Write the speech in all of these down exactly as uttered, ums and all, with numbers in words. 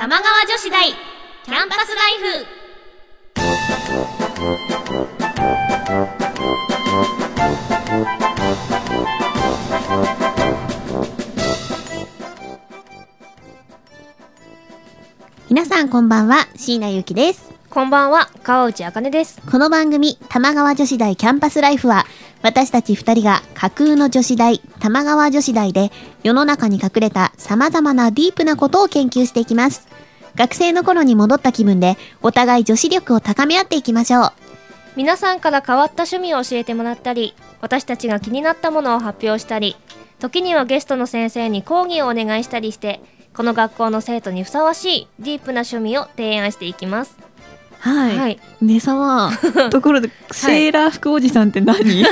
玉川女子大キャンパスライフ。 皆さんこんばんは、椎名ゆきです。 こんばんは、川内あかねです。 この番組玉川女子大キャンパスライフは、私たち二人が架空の女子大玉川女子大で世の中に隠れた様々なディープなことを研究していきます。学生の頃に戻った気分でお互い女子力を高め合っていきましょう。 皆さんから変わった趣味を教えてもらったり、私たちが気になったものを発表したり、時にはゲストの先生に講義をお願いしたりして、この学校の生徒にふさわしいディープな趣味を提案していきます。 はい、 はい、 ねさまところでセーラー服おじさんって何？い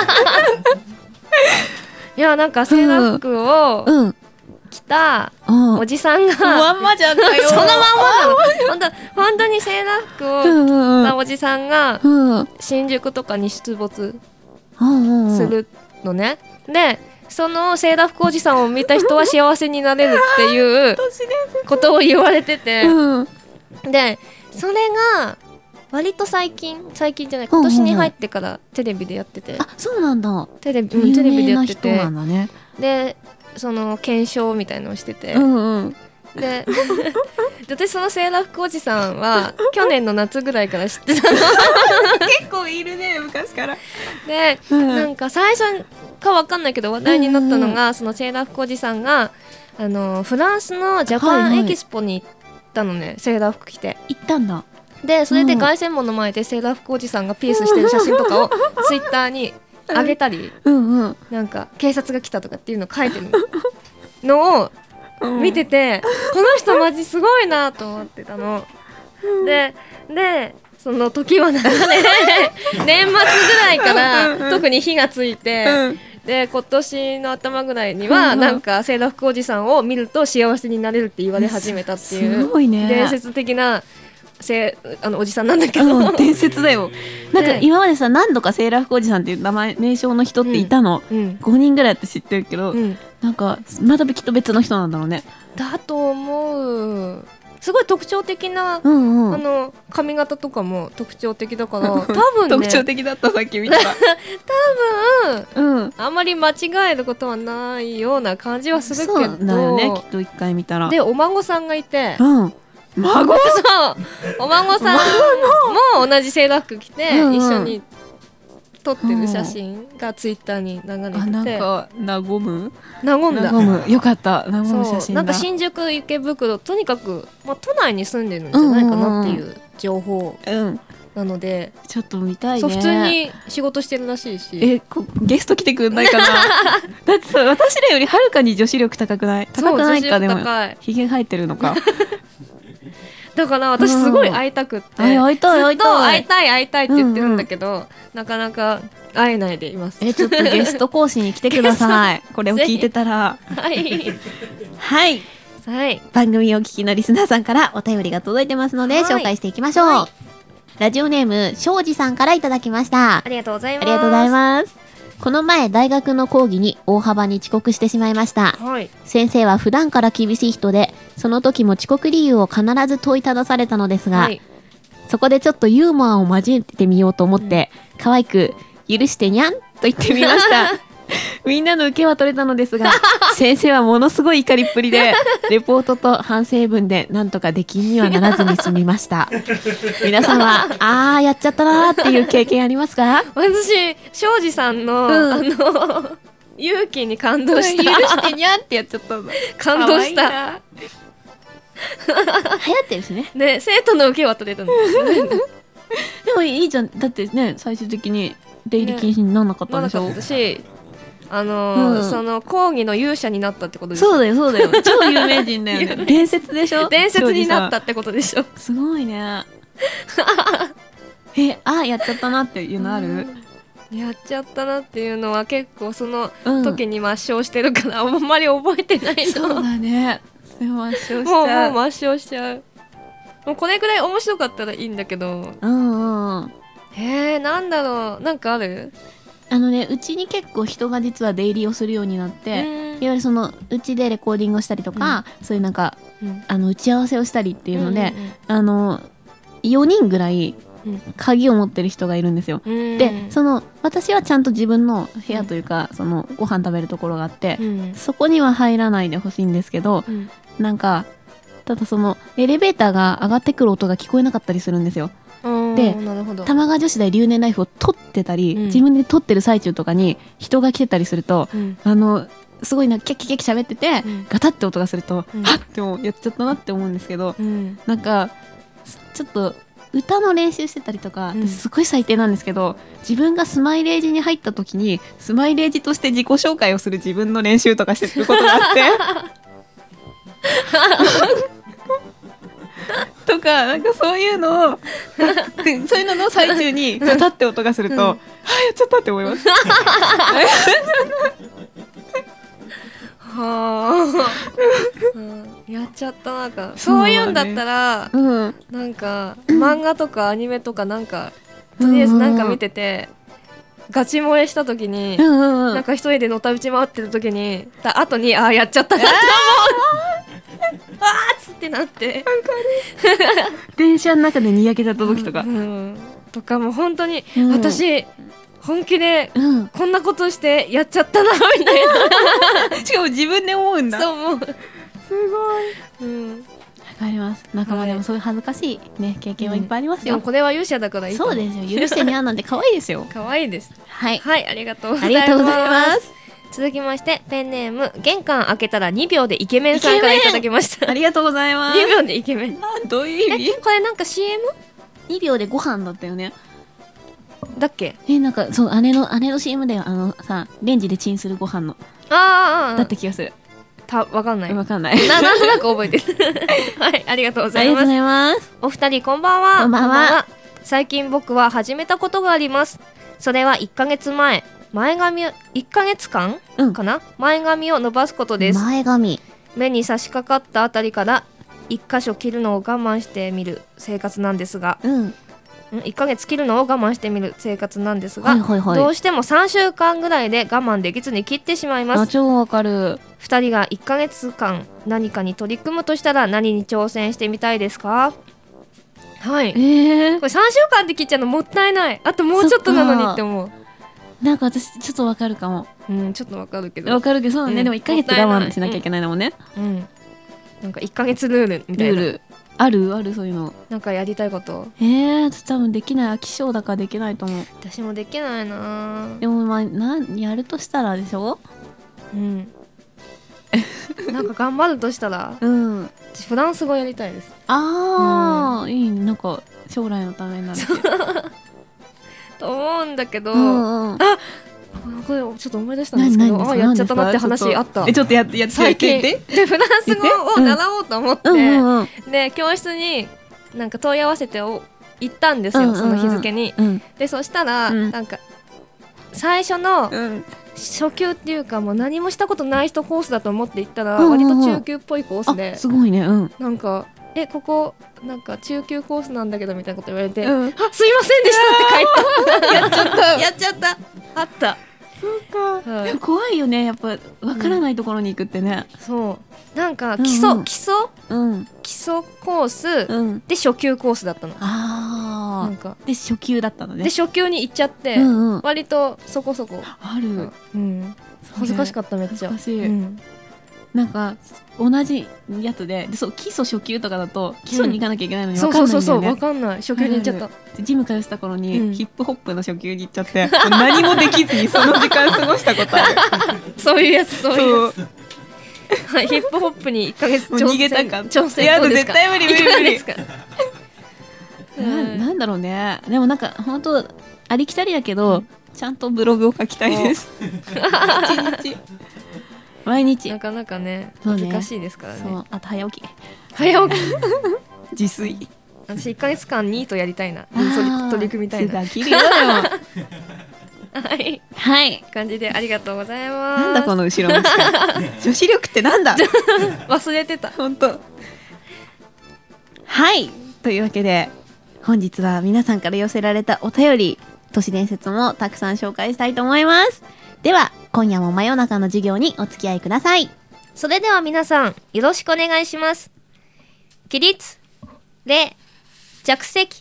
や、なんかセーラー服を着たおじさんが、 まんまじゃんかよ。 そのまんまなの。本当にセーラー服を着たおじさんが新宿とかに出没するのね。でそのセーラー服おじさんを見た人は幸せになれるっていうことを言われてて、でそれが割と最近最近じゃない今年に入ってからテレビでやってて、 あ、そうなんだ。 テレビ、うん、テレビでやってて、 有名な人なんだね。でその検証みたいなのをしてて、 うんうん、 で私そのセーラー服おじさんは去年の夏ぐらいから知ってたの。 結構いるね、昔から。 で、うん、なんか最初かわかんないけど話題になったのが、うんうん、そのセーラー服おじさんがあのフランスのジャパンエキスポに行ったのね、はいはい、セーラー服着て行ったんだ。 でそれで凱旋門の前でセーラー服おじさんがピースしてる写真とかをツイッターに上げたり、うんうん、なんか警察が来たとかっていうのを書いてるのを見てて、うん、この人マジすごいなと思ってたの、うん、ででその時は流れ年末ぐらいから特に火がついて、うん、で今年の頭ぐらいにはなんかセーラー服おじさんを見ると幸せになれるって言われ始めたっていう伝説的なせあのおじさんなんだけど、 うん、伝説だよ。なんか今までさ何度かセーラー服おじさんっていう名前名称の人っていたの、うん、ごにんぐらいって知ってるけど、うん、なんかまたきっと別の人なんだろうね。 だと思う。すごい特徴的な、うんうん、あの髪型とかも特徴的だから多分ね特徴的だったさっき見たら多分、うん、あんまり間違えることはないような感じはするけど、 そうだよね、きっと一回見たら。 でお孫さんがいて、 うん孫そうお孫さんも同じセーラー服着て、うんうん、一緒に撮ってる写真がツイッターに流れてて、あ、 なんか和む和んだ和むよかった和む写真だ。 なんか新宿池袋とにかく、まあ、都内に住んでるんじゃないかなっていう情報なので、 うん、ちょっと見たいね。 そう普通に仕事してるらしいし、 えこゲスト来てくんないかな。だってさ私らよりはるかに女子力高くない？高くないか。でもひげ生えてるのか。 だから私すごい会いたくって、うん、 会いたい会いたい会いたい会いたいって言ってるんだけど、うんうん、なかなか会えないでいます。 えちょっとゲスト講師に来てください。これを聞いてたらはいはい、 はい、 番組をお聞きのリスナーさんからお便りが届いてますので、はい、紹介していきましょう、はい、ラジオネーム庄司さんからいただきました。 ありがとうございます。 ありがとうございます。この前大学の講義に大幅に遅刻してしまいました、はい、先生は普段から厳しい人でその時も遅刻理由を必ず問いただされたのですが、はい、そこでちょっとユーモアを交えてみようと思って、うん、可愛く許してにゃんと言ってみました。みんなの受けは取れたのですが先生はものすごい怒りっぷりでレポートと反省文でなんとか出禁にはならずに済みました。皆さんはあーやっちゃったなーっていう経験ありますか？ 私庄司さんの、うん、あの勇気に感動した。 許してにゃんってやっちゃったんだ。 感動した。 流行ってるしね。 で生徒の受けは取れたんですよね。 でもいいじゃん。だってね最終的に出入り禁止にならなかったんでしょ、ね、 ならなかったし、あのーうん、その講義の勇者になったってことでしょ。 そうだよそうだよ。超有名人だよね。伝説でしょ。 伝説になったってことでしょ。 すごいね。えあやっちゃったなっていうのある？ やっちゃったなっていうのは結構その時に抹消してるから、うん、あんまり覚えてないの。 そうだね。抹消しちゃう。 もうもう抹消しちゃう。もうこれぐらい面白かったらいいんだけど。 うんうん。 へえ、なんだろう、なんかある？ あのね、うちに結構人が実は出入りをするようになって、 わゆるそのうちでレコーディングをしたりとか、うん、そういうなんか、うん、あの打ち合わせをしたりっていうので、うんうんうん、あのよにんぐらい鍵を持ってる人がいるんですよ、うん、でその私はちゃんと自分の部屋というか、うん、そのご飯食べるところがあって、うん、そこには入らないでほしいんですけど、うん、なんかただそのエレベーターが上がってくる音が聞こえなかったりするんですよ。で玉川女子大留年ライフを撮ってたり、うん、自分で撮ってる最中とかに人が来てたりすると、うん、あのすごいなんかキャッキャッキャッ喋ってて、うん、ガタって音がすると、うん、はっってもやっちゃったなって思うんですけど、うん、なんかちょっと歌の練習してたりとか、うん、すごい最低なんですけど、自分がスマイレージに入った時にスマイレージとして自己紹介をする自分の練習とかしてることがあってとかなんかそういうのをそういうのの最中にガタって音がすると、うん、はあやっちゃったって思いますはあ、うん、やっちゃったなんかそういうんだったら、うん、なんか漫画とかアニメとかなんかとりあえずなんか見てて、うん、ガチ萌えした時に、うんうんうん、なんか一人でのたうち回ってる時にた後にああやっちゃったなって思うあーっつってなって電車の中でにやけちゃった時とか、うんうん、 とかもう本当に、うん、私本気でこんなことしてやっちゃったなみたいなしかも自分で思うんだ。 そう思う。すごい、うん、わかります。仲間でもそういう恥ずかしい、ね、経験はいっぱいありますよ、うん、でもこれは勇者だからいい。 そうですよ、許してにゃんなんて可愛いですよ可愛いです。 はい、 はい、ありがとうございます。ありがとうございます。続きましてペンネーム玄関開けたらにびょうでイケメンさんからいただきました。 ありがとうございます。 にびょうでイケメンどういう意味？ これなんか シーエム？ にびょうでご飯だったよね。 だっけ？ えなんかそう姉の姉の シーエム であのさレンジでチンするご飯のああだった気がする。 たわかんないわかんないななんとなく覚えてるはいありがとうございます。 ありがとうございます。 お二人こんばんは。 こんばんは。 最近僕は始めたことがあります。それはいっかげつまえ前髪をいっかげつかん、うん、かな前髪を伸ばすことです。 前髪目に差し掛かったあたりからいっ箇所切るのを我慢してみる生活なんですが、うんいっかげつ切るのを我慢してみる生活なんですが、はいはいはい、どうしてもさんしゅうかんぐらいで我慢できずに切ってしまいます。 超わかる。 ふたりがいっかげつかん何かに取り組むとしたら何に挑戦してみたいですか？はい、えー、これさんしゅうかんで切っちゃうのもったいない。あともうちょっとなのにって思う。 なんか私ちょっとわかるかも。 うんちょっとわかるけどわかるけどそうだね、うん、でもいっかげつ我慢しなきゃいけないのもね、 うん、うん、なんかいっかげつルールみたいなルールあるある。そういうのなんかやりたいこと。 えー、私多分できない。飽き性だからできないと思う。 私もできないな。 でもまあなやるとしたらでしょ。うんなんか頑張るとしたら、うん、フランス語やりたいです。 ああ、うん、いいね。なんか将来のためになると思うんだけど、うんうん、あこれちょっと思い出したんですけど、あやっちゃったなって話あった。 えちょっとやってやって最近でフランス語を習おうと思って、うんうん、で教室になんか問い合わせて行ったんですよ、うんうんうん、その日付に、うん、でそしたら、うん、なんか最初の初級っていうかもう何もしたことない人コースだと思って行ったら、うんうんうん、割と中級っぽいコースで、 すごいね、うん、 なんかえここなんか中級コースなんだけどみたいなこと言われて、うん、あすいませんでしたって書いたやっちゃったやっちゃったあったそうか、はい、怖いよねやっぱ分からないところに行くってね、 うん、そうなんか基礎、うんうん、基礎、うん、基礎コース、うん、で初級コースだったの。 あなんかで初級だったのね。 で初級に行っちゃって、うんうん、割とそこそこある、 うん、恥ずかしかっためっちゃ恥ずかしい、うん、なんか同じやつ で, でそう基礎初級とかだと基礎に行かなきゃいけないのに分かんないんだよね、うん、そうそうそう分かんない初級に行っちゃった。 ジム通した頃に、うん、ヒップホップの初級に行っちゃって何もできずにその時間過ごしたことあるそういうやつそういうやつはい、ヒップホップにいっかげつ挑戦逃げたか挑戦どうですか。 絶対無理無理無理な, なんだろうね。でもなんか本当ありきたりだけど、うん、ちゃんとブログを書きたいです一日毎日なかなかね難しいですからね。 そうあと早起き早起き自炊。 私いっかげつかんニートやりたいな。取り組みたいな。 はい 、 はい、 感じでありがとうございます。 なんだこの後ろの女子力ってなんだ忘れてた本当。はいというわけで本日は皆さんから寄せられたお便り都市伝説もたくさん紹介したいと思います。 では今夜も真夜中の授業にお付き合いください。 それでは皆さんよろしくお願いします。起立、礼、着席。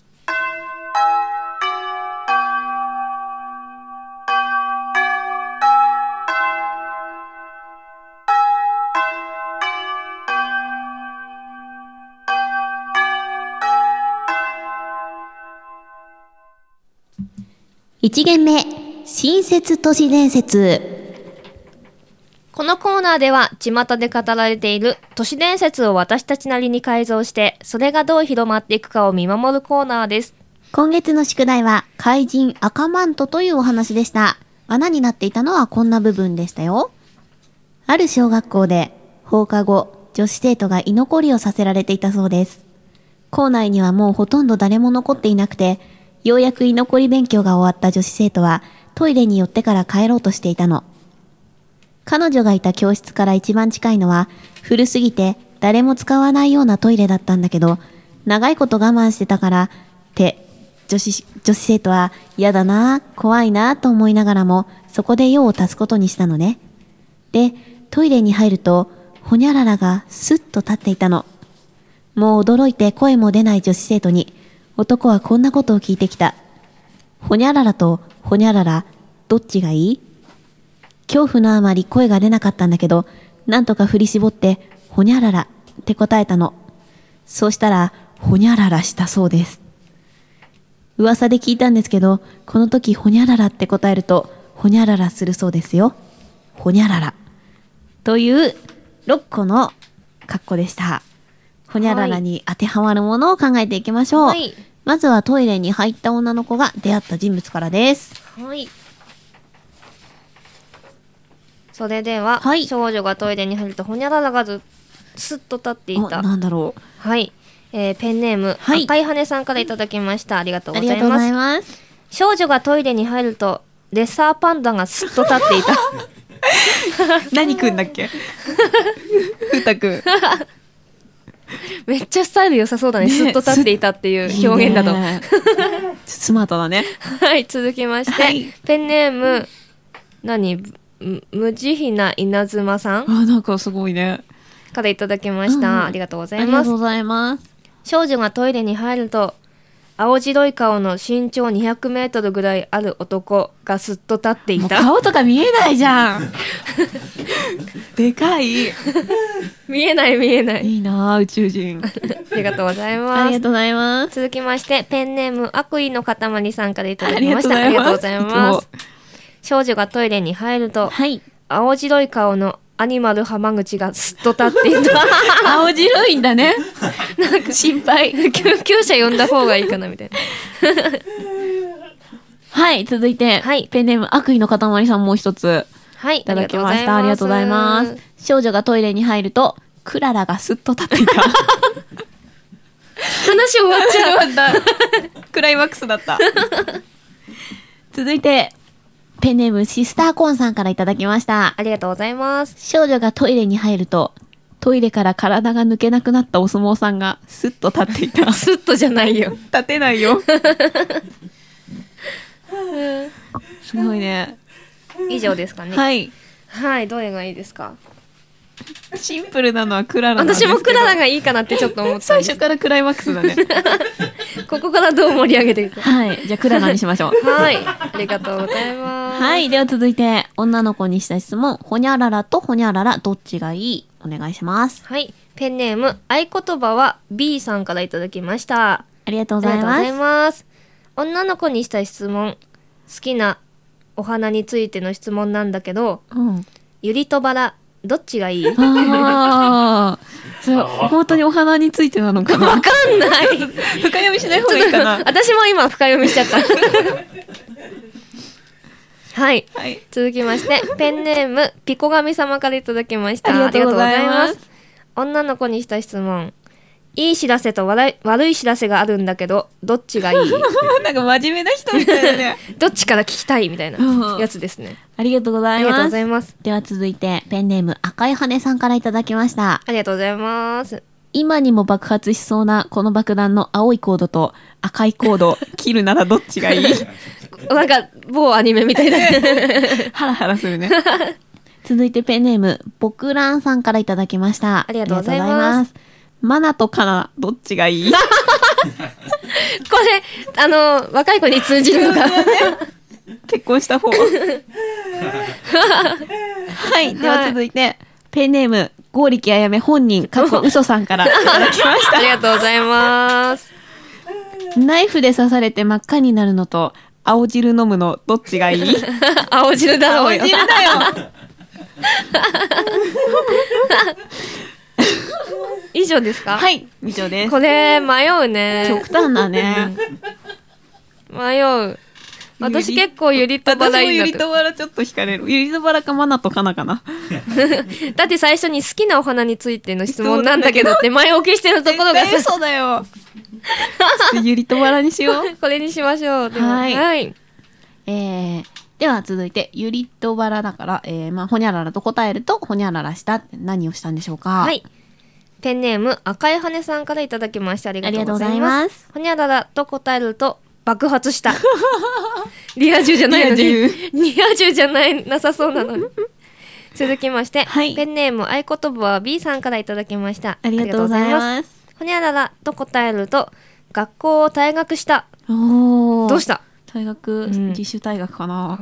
いち限目、新設都市伝説。 このコーナーでは巷で語られている都市伝説を私たちなりに改造して、それがどう広まっていくかを見守るコーナーです。 今月の宿題は怪人赤マントというお話でした。罠になっていたのはこんな部分でしたよ。ある小学校で放課後、女子生徒が居残りをさせられていたそうです。校内にはもうほとんど誰も残っていなくて、ようやく居残り勉強が終わった女子生徒はトイレに寄ってから帰ろうとしていたの。彼女がいた教室から一番近いのは古すぎて誰も使わないようなトイレだったんだけど、長いこと我慢してたからって女子、女子生徒は嫌だな、怖いなと思いながらもそこで用を足すことにしたのね。で、トイレに入るとほにゃららがスッと立っていたの。もう驚いて声も出ない女子生徒に男はこんなことを聞いてきた。ほにゃららとほにゃらら、どっちがいい？恐怖のあまり声が出なかったんだけど、なんとか振り絞って、ほにゃららって答えたの。そうしたら、ほにゃららしたそうです。噂で聞いたんですけど、この時ほにゃららって答えると、ほにゃららするそうですよ。ほにゃらら。というろっこの格好でした。ほにゃららに当てはまるものを考えていきましょう。はい、まずはトイレに入った女の子が出会った人物からです。 はい。それでは、はい、少女がトイレに入るとほにゃららがずすっと立っていた。 なんだろう。 はい。えー、ペンネーム、はい、赤い羽さんからいただきました。ありがとうございます。 ありがとうございます。 少女がトイレに入るとレッサーパンダがすっと立っていた。 何くんだっけ？ふうたくん。 めっちゃスタイル良さそうだね。すっと立っていたっていう表現だと。いいね、 スマートだね。 はい、続きまして、はい、ペンネーム、何無慈悲な稲妻さん。 あ、なんかすごいね。 からいただきました、うん。ありがとうございます。 ありがとうございます。 少女がトイレに入ると、青白い顔の身長にひゃくメートルぐらいある男がすっと立っていた。 もう顔とか見えないじゃん。でかい。 見えない見えない。 いいな宇宙人。 ありがとうございます。 ありがとうございます。 続きまして、ペンネーム悪意の塊さんからいただきました。ありがとうございます。少女がトイレに入ると、はい、青白い顔のアニマル浜口がすっと立っていた。 青白いんだね。なんか心配。 救急車呼んだ方がいいかなみたいな。 はい、続いて、はい、ペンネーム悪意の塊さんもう一つ。はい、いただきました。ありがとうございます。少女がトイレに入ると、クララがすっと立っていた。話終わっちゃう。 クライマックスだった。続いて、ペンネームシスターコーンさんからいただきました。 ありがとうございます。 少女がトイレに入ると、トイレから体が抜けなくなったお相撲さんがスッと立っていた。 スッとじゃないよ。 立てないよ。すごいね。 以上ですかね。 はい。 はい、どれがいいですか？ シンプルなのはクララなんですけど。 私もクララがいいかなってちょっと思った。 最初からクライマックスだね。 ここからどう盛り上げていくか。 はい。じゃあクララにしましょう。 はい。ありがとうございます。 はい。では続いて、女の子にした質問。ほにゃららとほにゃらら、どっちがいい？お願いします。 はい。ペンネーム、合言葉は B さんからいただきました。 ありがとうございます。 ありがとうございます。女の子にした質問。好きなお花についての質問なんだけど、うん、ユリとバラどっちがいい？ ああ、本当にお花についてなのかな。 わかんない。 深読みしない方がいいかな。 私も今深読みしちゃった。はい、はい。続きましてペンネームピコガミ様からいただきました。 ありがとうございます。 女の子にした質問。いい知らせと悪い、悪い知らせがあるんだけどどっちがいい？ なんか真面目な人みたいだね。 どっちから聞きたいみたいなやつですね。 ありがとうございます。 ありがとうございます。 では続いてペンネーム赤い羽さんからいただきました。 ありがとうございます。 今にも爆発しそうなこの爆弾の青いコードと赤いコード切るならどっちがいい？ なんか某アニメみたいなハラハラするね。続いてペンネームボクランさんからいただきました。 ありがとうございます。 マナとカナどっちがいい？これあの若い子に通じるのか結婚した方はい、では続いて、はい、ペンネーム剛力あやめ本人過去嘘さんからいただきましたありがとうございます。 ナイフで刺されて真っ赤になるのと青汁飲むのどっちがいい？ 青汁だろうよ。 青汁だよ以上ですか？ はい、以上です。 これ迷うね。 極端だね。 迷う。私結構ユリとバラいいんだと。 私もユリとバラちょっと惹かれる。ユリとバラかマナとカナかな。 だって最初に好きなお花についての質問なんだけどって前置きしてるところがさ。そうだよ。ユリとバラにしよう。 これにしましょう。 はい。 はい。 えー、では続いてユリとバラだから、えー、まあほにゃららと答えるとほにゃららしたって何をしたんでしょうか？ はい。ペンネーム赤い羽さんからいただきました。ありがとうございます。ほにゃららと答えると爆発した。リア充じゃないのに。リア充じゃないなさそうなのに。続きまして、はい、ペンネーム合言葉は B さんからいただきました。 ありがとうございます。 ほにゃららと答えると学校を退学した。 おー、 どうした？ 退学、うん、自主退学かな。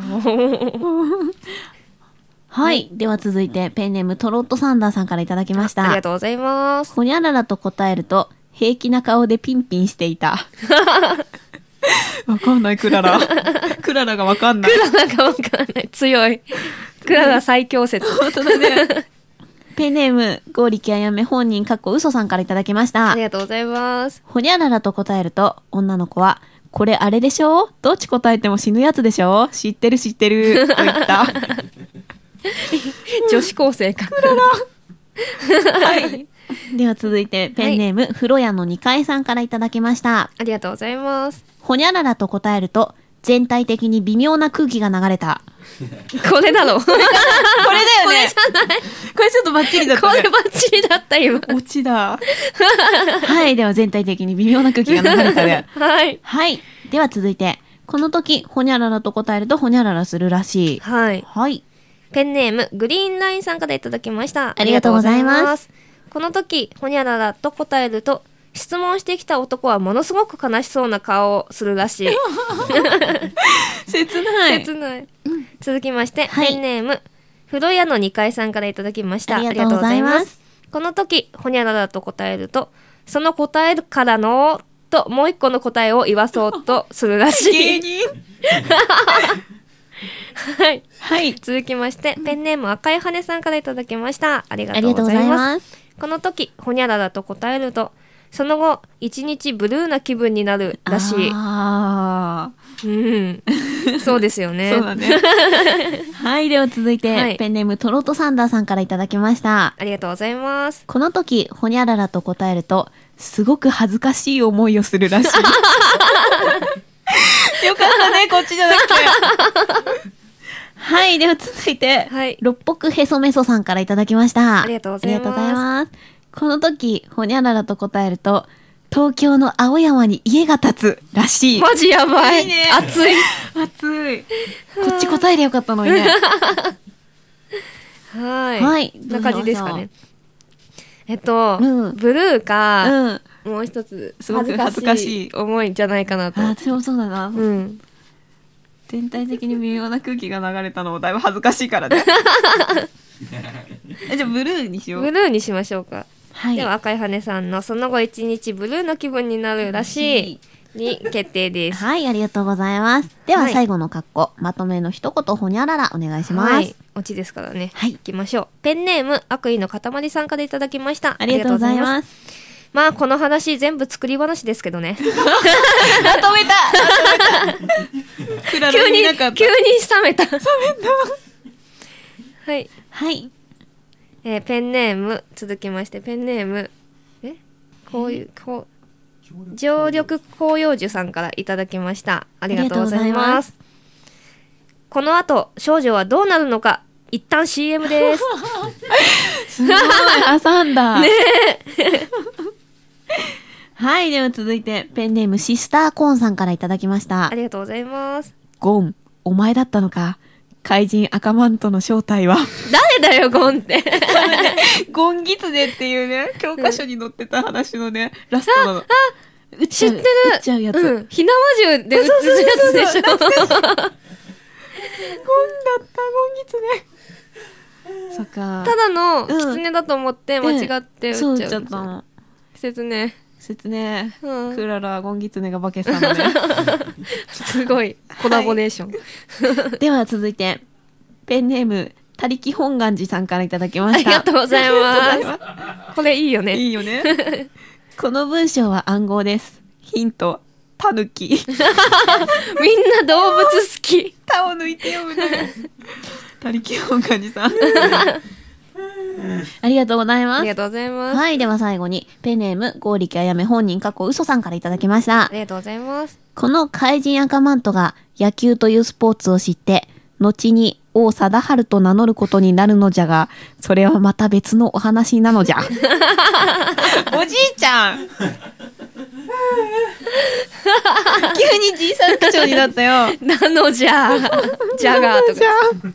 はい、では続いてペンネームトロットサンダーさんからいただきました。 ありがとうございます。 ほにゃららと答えると平気な顔でピンピンしていた。わかんない。クララクララがわかんない。 クララがわかんない。強い。クララ最強説。 本当だね。ペンネーム剛力あやめ本人かっこ嘘さんからいただきました。 ありがとうございます。 ほにゃららと答えると女の子はこれあれでしょ、どっち答えても死ぬやつでしょ、知ってる知ってると言った。 女子高生か。 クララ。はい。では続いてペンネーム、はい、風呂屋のにかいさんからいただきました。 ありがとうございます。 ほにゃららと答えると全体的に微妙な空気が流れた。 これだろ。これだよね。 これじゃない。これちょっとバッチリだったね。 これバッチリだった今。 オチだ。はい、では全体的に微妙な空気が流れたで。 はい。 はい。では続いてこの時ほにゃららと答えるとほにゃららするらしい。 はい。 はい。 ペンネームグリーンラインさんからいただきました。 ありがとうございます。 この時ほにゃららと答えると質問してきた男はものすごく悲しそうな顔をするらしい。 切ない切ない、うん、続きまして、はい、ペンネーム風呂屋のにかいさんからいただきました。 ありがとうございます。 この時ほにゃららと答えるとその答えからのともう一個の答えを言わそうとするらしい。 芸人はい、 はい、 続きましてペンネーム赤い羽さんからいただきました。ありがとうございます。この時ほにゃららと答えるとその後一日ブルーな気分になるらしい。 あー、うん、そうですよね。 そうだね。はい、では続いて、はい、ペンネームトロットサンダーさんからいただきました。 ありがとうございます。 この時ほにゃららと答えるとすごく恥ずかしい思いをするらしい。よかったね、こっちじゃなくて。はい、では続いて、はい、ろっぽくへそめそさんからいただきました。 ありがとうございます。ありがとうございます。 この時ほにゃららと答えると東京の青山に家が建つらしい。 マジやばい。 いいね。 熱い熱い。こっち答えりゃよかったのにね。 はい。 はい。 こんな感じですかね。えっと、うん、ブルーか、うん、もう一つすごく恥ずかしい思いじゃないかなと。 あ、私もそうだな。 うん。 全体的に微妙な空気が流れたのもだいぶ恥ずかしいからね。じゃあブルーにしよう。 ブルーにしましょうか。 はい、 では赤い羽さんのその後一日ブルーの気分になるらしいに決定です。 はい、ありがとうございます。では最後の括弧、はい、まとめの一言ほにゃららお願いします。はい、 オチですからね。 はい、 行きましょう。ペンネーム悪意の塊さんからいただきました。 ありがとうございます。 まあこの話全部作り話ですけどね。 まとめた。まとめた。 急に急に冷めた。冷めた。はい。 はい。 えー、ペンネーム続きましてペンネームえこういうこう常緑広葉樹さんからいただきました。ありがとうございます。この後少女はどうなるのか一旦 シーエム です。 すごい挟んだ。 ねえ。 はい、では続いてペンネームシスターコーンさんからいただきました。 ありがとうございます。 ゴン、お前だったのか。怪人赤マントの正体は誰だよゴンってゴンギツネっていうね、教科書に載ってた話のね、ラストの。あ、 あ、知ってる。 撃っちゃうやつ。うん。 火縄銃で撃つやつでしょ。ゴンだった、ゴンギツネ。そっか。 ただのキツネだと思って間違って撃っちゃう。 そう撃っちゃったの。 説明。 説明。うん、クララ、ゴンギツネが化けしたのね。 すごい。コラボレーション。 はい、では続いて、ペンネーム、他力本願寺さんからいただきました。 ありがとうございます。これいいよね。 いいよね。この文章は暗号です。ヒント、タヌキ。みんな動物好き。 タを抜いて読むね。他力本願寺さん。ありがとうございます。 ありがとうございます。 はい、では最後に、ペンネーム、ゴーリキあやめ本人過去嘘さんからいただきました。 ありがとうございます。 この怪人赤マントが野球というスポーツを知って、後に王貞治と名乗ることになるのじゃが、それはまた別のお話なのじゃ。おじいちゃん急にじいさん口調になったよ。 なのじゃ。ジャガーとか。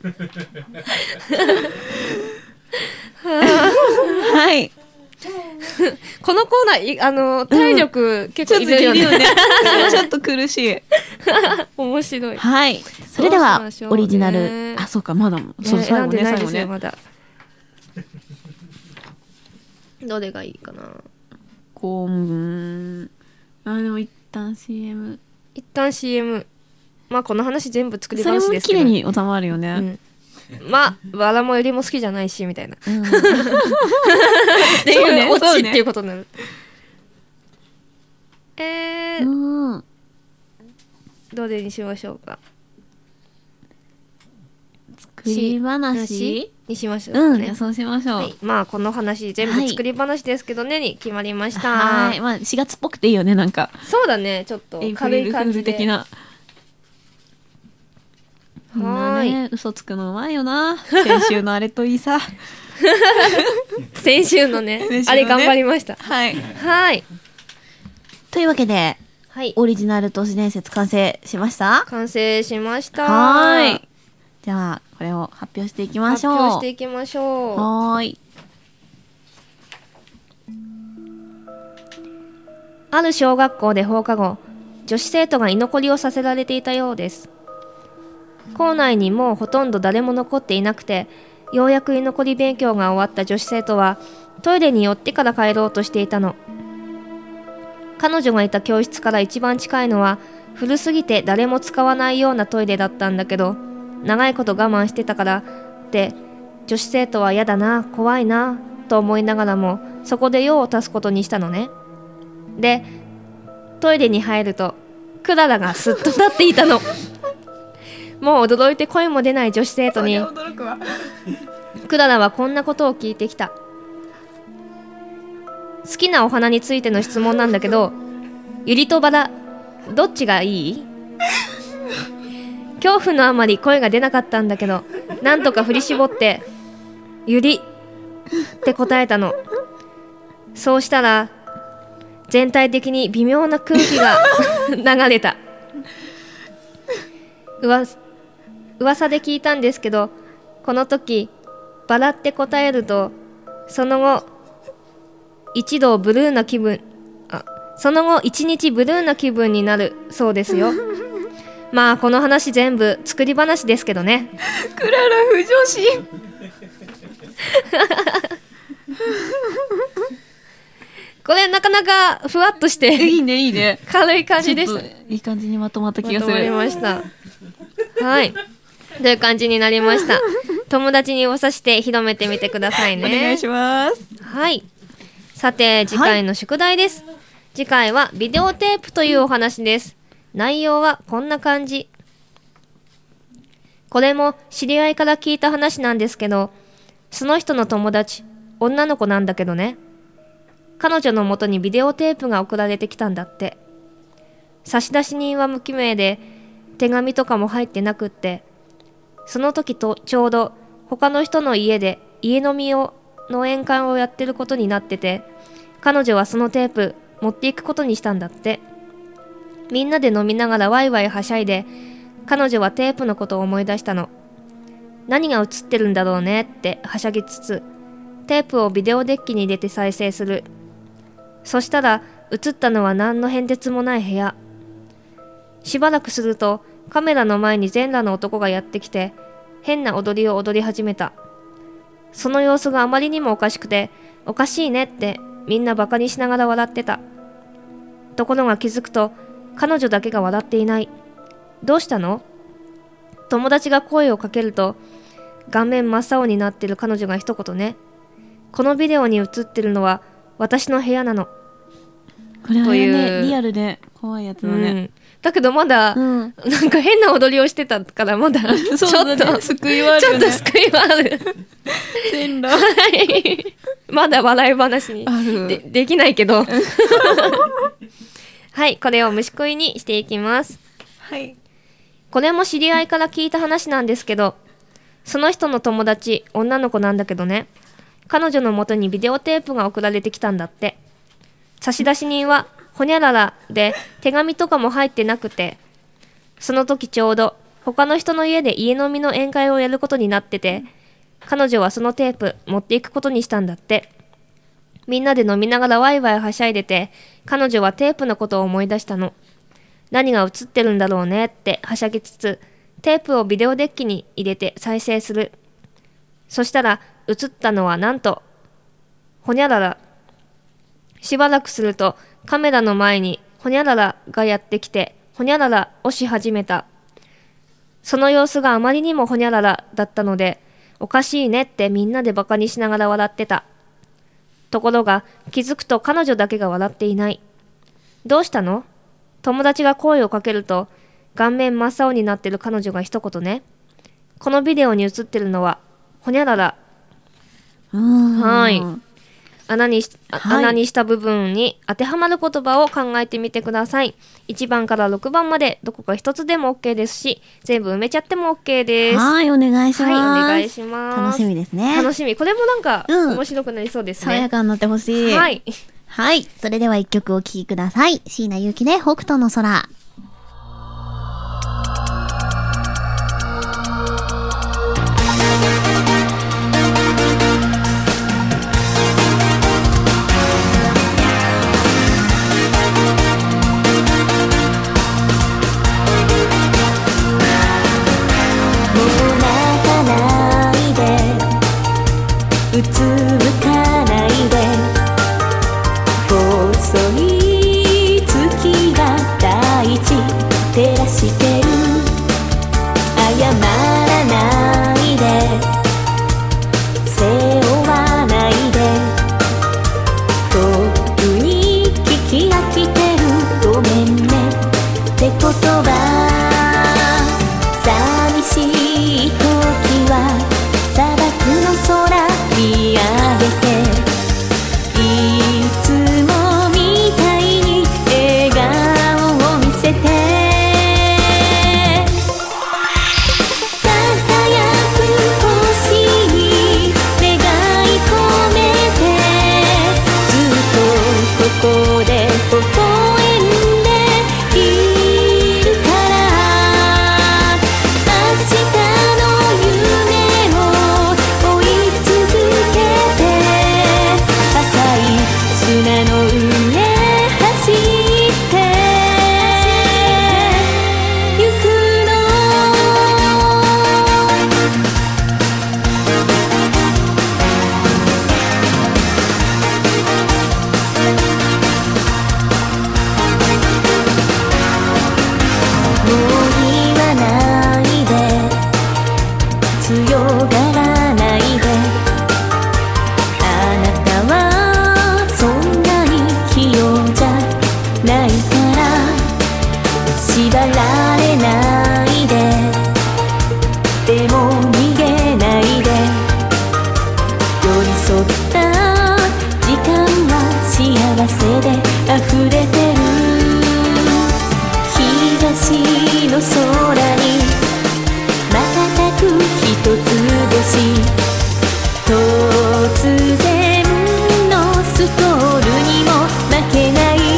はい。 このコーナー、あの、体力結構いるよね。 ちょっといるよね。ちょっと苦しい。 面白い。 はい。それでは、オリジナル。あ、そうか、まだ、そう、最後ね、最後ね。 まだ。どれがいいかな。 こう、うん。あ、でも一旦 シーエム。 一旦 シーエム。まあ、この話全部作り話ですけど。 それも綺麗に収まるよね。うん、 まあ、バラもよりも好きじゃないし、みたいな。うん、っていうオチっていうことになる。えー、うん、どれにしましょうか。 作り話にしましょうかね。 うん、そうしましょう。はい、 まあ、この話全部作り話ですけどね、に決まりました。 はい。まあ、しがつっぽくていいよね、なんか。 そうだね、ちょっと軽い感じで。 的な。はい、ね、嘘つくのうまいよな。先週のあれといいさ。 先週のね、ねあれ頑張りました。 はい。 はい。 というわけで、はい、オリジナル都市伝説完成しました？ 完成しました。 はい。じゃあ、これを発表していきましょう。 発表していきましょう。 はい。 ある小学校で放課後、女子生徒が居残りをさせられていたようです。校内にもうほとんど誰も残っていなくて、ようやく居残り勉強が終わった女子生徒はトイレに寄ってから帰ろうとしていたの。彼女がいた教室から一番近いのは古すぎて誰も使わないようなトイレだったんだけど、長いこと我慢してたからって女子生徒は嫌だな、怖いなと思いながらもそこで用を足すことにしたのね。で、トイレに入るとクララがすっと立っていたの。もう驚いて声も出ない女子生徒にクララはこんなことを聞いてきた。好きなお花についての質問なんだけど、ユリとバラどっちがいい？恐怖のあまり声が出なかったんだけど、なんとか振り絞ってユリって答えたの。そうしたら全体的に微妙な空気が流れた。うわ噂で聞いたんですけど、この時バラって答えるとその後一度ブルーな気分あその後一日ブルーな気分になるそうですよ。まあこの話全部作り話ですけどね。 クララ不女子。 これなかなかふわっとしていいねいいね軽い感じでした。 いい感じにまとまった気がする。 まとまりました。はい。という感じになりました。友達におさして広めてみてくださいね。 お願いします。 はい。さて次回の宿題です。はい、次回はビデオテープというお話です。内容はこんな感じ。これも知り合いから聞いた話なんですけど、その人の友達、女の子なんだけどね。彼女の元にビデオテープが送られてきたんだって。差出人は無記名で、手紙とかも入ってなくって、その時とちょうど他の人の家で家飲みをの宴会をやってることになってて、彼女はそのテープ持っていくことにしたんだって。みんなで飲みながらワイワイはしゃいで、彼女はテープのことを思い出したの。何が映ってるんだろうねってはしゃぎつつ、テープをビデオデッキに入れて再生する。そしたら映ったのは何の変哲もない部屋。しばらくするとカメラの前に全裸の男がやってきて、変な踊りを踊り始めた。その様子があまりにもおかしくて、おかしいねってみんなバカにしながら笑ってた。ところが気づくと彼女だけが笑っていない。どうしたの？友達が声をかけると、顔面真っ青になってる彼女が一言ね。このビデオに映ってるのは私の部屋なの。 これはね、リアルで怖いやつだね。うん、 だけどまだ、うん、なんか変な踊りをしてたからまだちょっと、ね、 救いはあるよね。 ちょっと救いはある。 全裸。 はい。まだ笑い話に で, できないけど。はい、これを虫食いにしていきます。 はい。 これも知り合いから聞いた話なんですけど、その人の友達、女の子なんだけどね、彼女の元にビデオテープが送られてきたんだって。差出人はほにゃららで手紙とかも入ってなくて、その時ちょうど他の人の家で家飲みの宴会をやることになってて、彼女はそのテープ持っていくことにしたんだって。みんなで飲みながらワイワイはしゃいでて、彼女はテープのことを思い出したの。何が映ってるんだろうねってはしゃぎつつ、テープをビデオデッキに入れて再生する。そしたら映ったのはなんとほにゃらら。しばらくするとカメラの前にほにゃららがやってきて、ほにゃららをし始めた。その様子があまりにもほにゃららだったので、おかしいねってみんなでバカにしながら笑ってた。ところが気づくと彼女だけが笑っていない。どうしたの？友達が声をかけると、顔面真っ青になってる彼女が一言ね。このビデオに映ってるのはほにゃらら。はい。穴にし、はい、穴にした部分に当てはまる言葉を考えてみてください。いちばんからろくばんまでどこか一つでも OK ですし、全部埋めちゃっても OK です。 はい、お願いします。 はい、お願いします。 楽しみですね。 楽しみ。これもなんか、うん、面白くなりそうですね。 爽やかになってほしい。 はい。 はい。それではいっきょくお聴きください。椎名祐希で北斗の空。 うつむかないで細い月が大地照らしてる謝らないで背負わないで遠くに聞き飽きてるごめんねって言葉寂しい時は砂漠の空見上げていつもみたいに笑顔を見せて輝く星に願い込めてずっとここで微笑んでいるから明日の夢を追い続け砂の上走ってゆくのもう言わないで強がらないであなたはそんなに器用じゃないから縛られないででも逃げないで寄り添った時間は幸せで溢れてる東の空に瞬く一つ星突然のストールにも負けない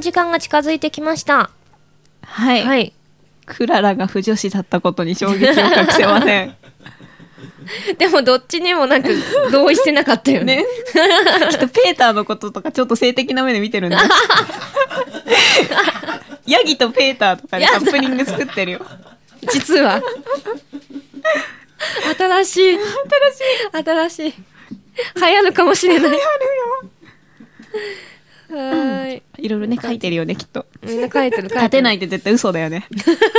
時間が近づいてきました。 はい。 はい。 クララが不女子だったことに衝撃を隠せません。 でもどっちにもなんか同意してなかったよね。ねきっとペーターのこととかちょっと性的な目で見てるんだ。ヤギとペーターとかでカップリング作ってるよ。 実は。新しい。新しい。新しい。流行るかもしれない。流行るよ。はい、 いろいろね書いてるよねきっと。 みんな書いてる。 立てないって絶対嘘だよね。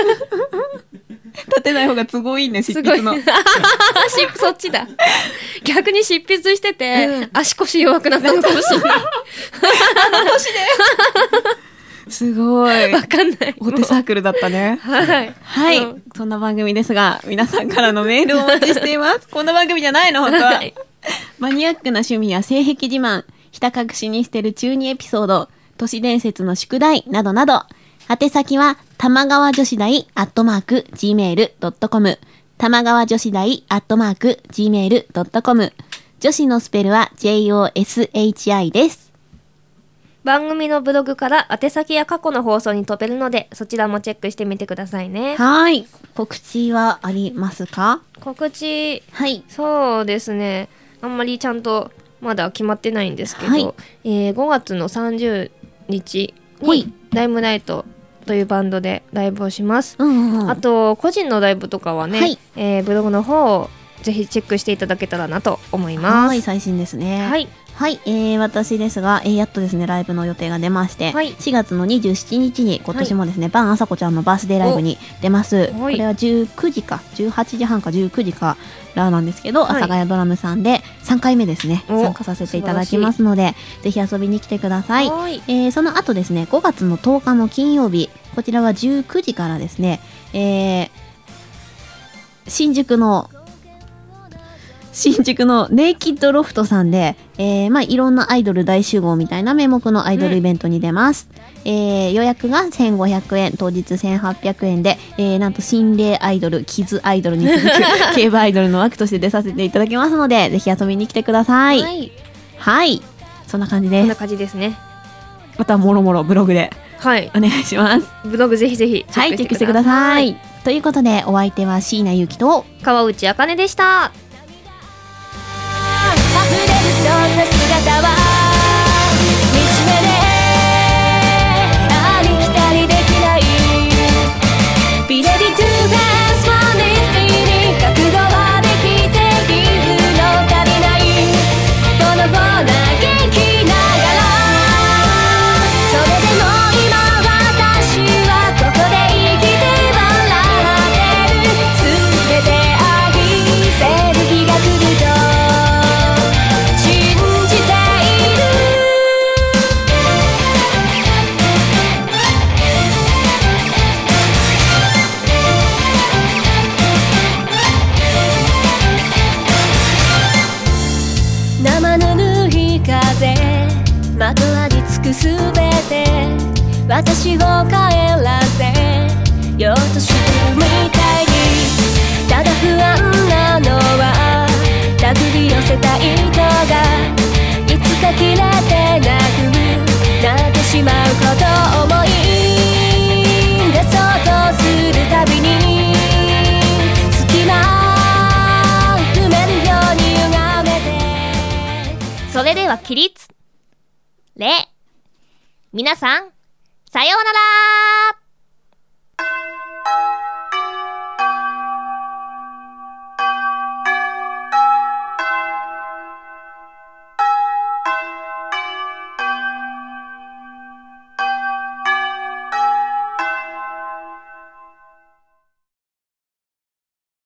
立てない方が都合いいね執筆の。 そっちだ。逆に執筆してて、うん、足腰弱くなったのかもしれない。あの年で。 すごい。 わかんない。 大手サークルだったね。 はい。 はい、うん。そんな番組ですが、皆さんからのメールをお待ちしています。こんな番組じゃないの本当は。はい、マニアックな趣味や性癖自慢、ひた隠しにしてる中二エピソード、都市伝説の宿題などなど、宛先は玉川女子大アットマーク ジーメールドットコム、 玉川女子大アットマーク ジーメールドットコム、 女子のスペルは ジェイオーエスエイチアイ です。 番組のブログから宛先や過去の放送に飛べるので、そちらもチェックしてみてくださいね。 はい。告知はありますか？ 告知、 はい。 そうですね。あんまりちゃんとまだ決まってないんですけど、はい、えー、ごがつのさんじゅうにちにライムナイトというバンドでライブをします。うんうん、あと個人のライブとかはね、はい、えー、ブログの方をぜひチェックしていただけたらなと思います。 はい、最新ですね。 はい。 はい、えー、私ですが、えー、やっとですねライブの予定が出まして、はい、しがつのにじゅうしちにちに今年もですね、はい、バンあさこちゃんのバースデーライブに出ます。これはじゅうくじかじゅうはちじはんかじゅうくじからなんですけど、阿佐ヶ谷ドラムさんでさんかいめですね参加させていただきますので、ぜひ遊びに来てください。はい、えー、その後ですねごがつのとおかの金曜日、こちらはじゅうくじからですね、えー、新宿の新宿のネイキッドロフトさんで、えー、まあいろんなアイドル大集合みたいな名目のアイドルイベントに出ます。うん、えー、予約がせんごひゃくえん、当日せんはっぴゃくえんで、えー、なんと心霊アイドル、キズアイドルに続く競馬アイドルの枠として出させていただきますので、ぜひ遊びに来てください。はい。はい。そんな感じです。 そんな感じですね。 またもろもろブログで。はい。お願いします。 ブログぜひぜひチェックしてください。はい、チェックしてください。 ということで、お相手は椎名ゆきと川内あかねでした。 溢れるそんな姿は惨めでありきたりできないビレビトゥーフェスフォーディスティに覚悟はできているの足りないボロボロ元気ながらそれでも今私はここで生きて笑ってる全て愛せる日が来るとまとわりつくすべて私を帰らせようとしてるみたいにただ不安なのは手繰り寄せた糸がいつか切れてなくなってしまうことを思い出そうとするたびに隙間埋めるように歪めてそれでは起立礼。皆さん、さようなら。